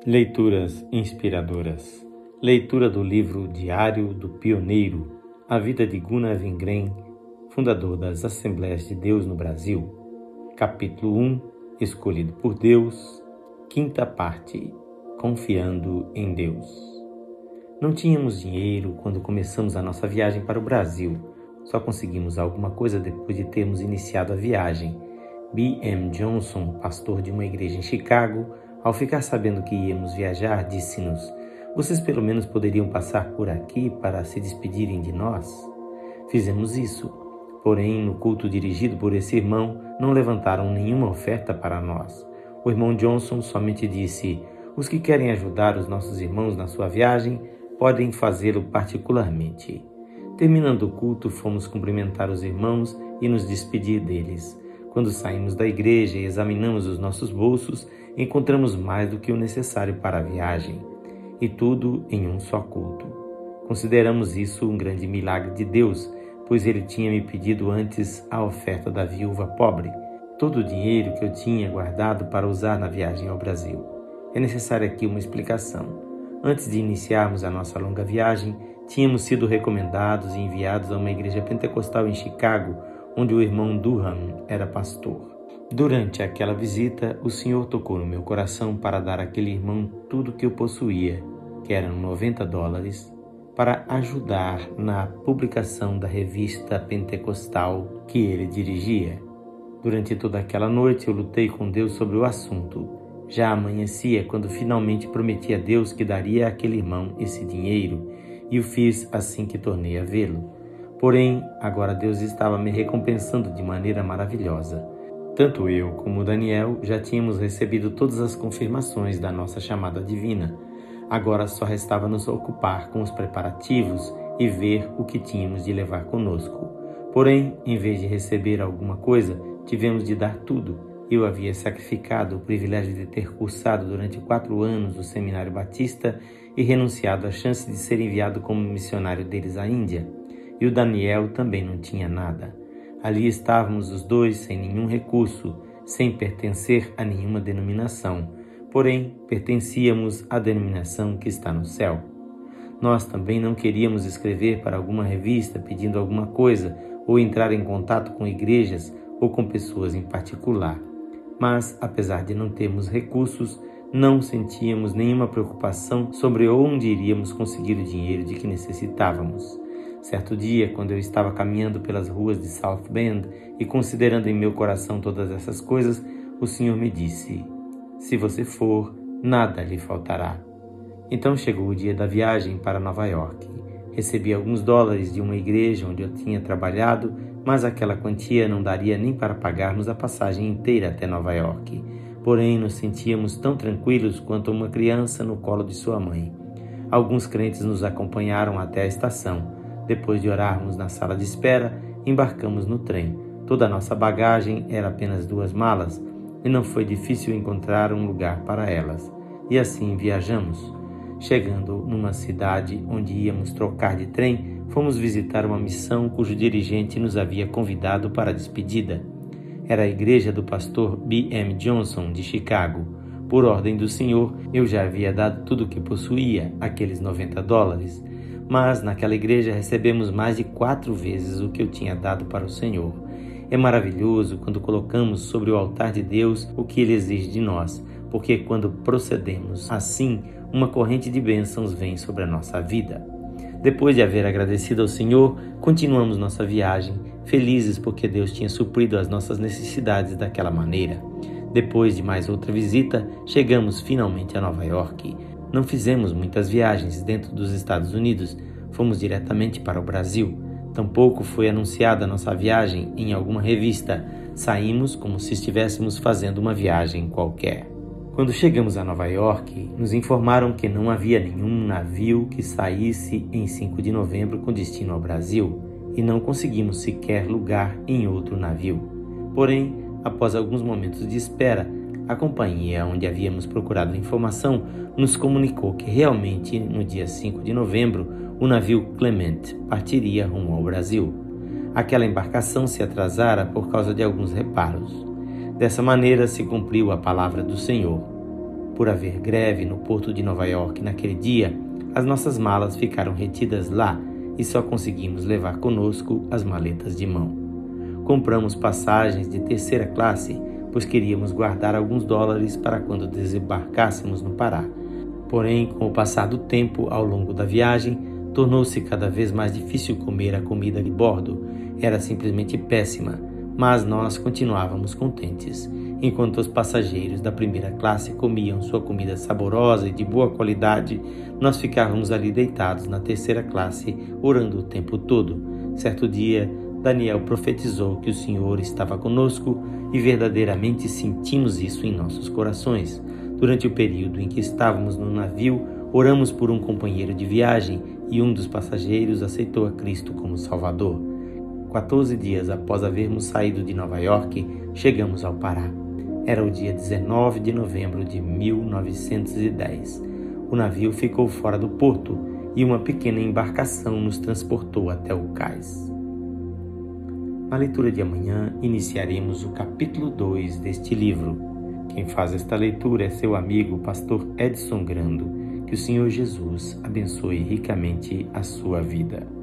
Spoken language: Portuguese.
Leituras inspiradoras. Leitura do livro Diário do Pioneiro, a vida de Gunnar Wingren, fundador das Assembleias de Deus no Brasil. Capítulo 1, Escolhido por Deus. Quinta parte, Confiando em Deus. Não tínhamos dinheiro quando começamos a nossa viagem para o Brasil. Só conseguimos alguma coisa depois de termos iniciado a viagem. B.M. Johnson, pastor de uma igreja em Chicago, ao ficar sabendo que íamos viajar, disse-nos: "Vocês pelo menos poderiam passar por aqui para se despedirem de nós?" Fizemos isso. Porém, no culto dirigido por esse irmão, não levantaram nenhuma oferta para nós. O irmão Johnson somente disse: "Os que querem ajudar os nossos irmãos na sua viagem, podem fazê-lo particularmente." Terminando o culto, fomos cumprimentar os irmãos e nos despedir deles. Quando saímos da igreja e examinamos os nossos bolsos, encontramos mais do que o necessário para a viagem, e tudo em um só culto. Consideramos isso um grande milagre de Deus, pois ele tinha me pedido antes a oferta da viúva pobre, todo o dinheiro que eu tinha guardado para usar na viagem ao Brasil. É necessária aqui uma explicação. Antes de iniciarmos a nossa longa viagem, tínhamos sido recomendados e enviados a uma igreja pentecostal em Chicago, onde o irmão Durham era pastor. Durante aquela visita, o Senhor tocou no meu coração para dar àquele irmão tudo o que eu possuía, que eram $90, para ajudar na publicação da revista pentecostal que ele dirigia. Durante toda aquela noite eu lutei com Deus sobre o assunto. Já amanhecia quando finalmente prometi a Deus que daria àquele irmão esse dinheiro, e o fiz assim que tornei a vê-lo. Porém, agora Deus estava me recompensando de maneira maravilhosa. Tanto eu como Daniel já tínhamos recebido todas as confirmações da nossa chamada divina. Agora só restava nos ocupar com os preparativos e ver o que tínhamos de levar conosco. Porém, em vez de receber alguma coisa, tivemos de dar tudo. Eu havia sacrificado o privilégio de ter cursado durante 4 anos o Seminário Batista e renunciado à chance de ser enviado como missionário deles à Índia. E o Daniel também não tinha nada. Ali estávamos os dois sem nenhum recurso, sem pertencer a nenhuma denominação. Porém, pertencíamos à denominação que está no céu. Nós também não queríamos escrever para alguma revista pedindo alguma coisa ou entrar em contato com igrejas ou com pessoas em particular. Mas, apesar de não termos recursos, não sentíamos nenhuma preocupação sobre onde iríamos conseguir o dinheiro de que necessitávamos. Certo dia, quando eu estava caminhando pelas ruas de South Bend e considerando em meu coração todas essas coisas, o Senhor me disse: "Se você for, nada lhe faltará." Então chegou o dia da viagem para Nova York. Recebi alguns dólares de uma igreja onde eu tinha trabalhado, mas aquela quantia não daria nem para pagarmos a passagem inteira até Nova York. Porém, nos sentíamos tão tranquilos quanto uma criança no colo de sua mãe. Alguns crentes nos acompanharam até a estação. Depois de orarmos na sala de espera, embarcamos no trem. Toda a nossa bagagem era apenas 2 malas e não foi difícil encontrar um lugar para elas. E assim viajamos. Chegando numa cidade onde íamos trocar de trem, fomos visitar uma missão cujo dirigente nos havia convidado para a despedida. Era a igreja do pastor B.M. Johnson, de Chicago. Por ordem do Senhor, eu já havia dado tudo o que possuía, aqueles $90. Mas naquela igreja recebemos mais de 4 vezes o que eu tinha dado para o Senhor. É maravilhoso quando colocamos sobre o altar de Deus o que Ele exige de nós, porque quando procedemos assim, uma corrente de bênçãos vem sobre a nossa vida. Depois de haver agradecido ao Senhor, continuamos nossa viagem, felizes porque Deus tinha suprido as nossas necessidades daquela maneira. Depois de mais outra visita, chegamos finalmente a Nova York. Não fizemos muitas viagens dentro dos Estados Unidos, fomos diretamente para o Brasil. Tampouco foi anunciada nossa viagem em alguma revista. Saímos como se estivéssemos fazendo uma viagem qualquer. Quando chegamos a Nova York, nos informaram que não havia nenhum navio que saísse em 5 de novembro com destino ao Brasil, e não conseguimos sequer lugar em outro navio. Porém, após alguns momentos de espera, a companhia onde havíamos procurado informação nos comunicou que realmente, no dia 5 de novembro, o navio Clement partiria rumo ao Brasil. Aquela embarcação se atrasara por causa de alguns reparos. Dessa maneira se cumpriu a palavra do Senhor. Por haver greve no porto de Nova York naquele dia, as nossas malas ficaram retidas lá e só conseguimos levar conosco as maletas de mão. Compramos passagens de terceira classe, pois queríamos guardar alguns dólares para quando desembarcássemos no Pará. Porém, com o passar do tempo ao longo da viagem, tornou-se cada vez mais difícil comer a comida de bordo. Era simplesmente péssima, mas nós continuávamos contentes. Enquanto os passageiros da primeira classe comiam sua comida saborosa e de boa qualidade, nós ficávamos ali deitados na terceira classe, orando o tempo todo. Certo dia, Daniel profetizou que o Senhor estava conosco e verdadeiramente sentimos isso em nossos corações. Durante o período em que estávamos no navio, oramos por um companheiro de viagem e um dos passageiros aceitou a Cristo como Salvador. 14 dias após havermos saído de Nova York, chegamos ao Pará. Era o dia 19 de novembro de 1910. O navio ficou fora do porto e uma pequena embarcação nos transportou até o cais. Na leitura de amanhã, iniciaremos o capítulo 2 deste livro. Quem faz esta leitura é seu amigo, pastor Edson Grando. Que o Senhor Jesus abençoe ricamente a sua vida.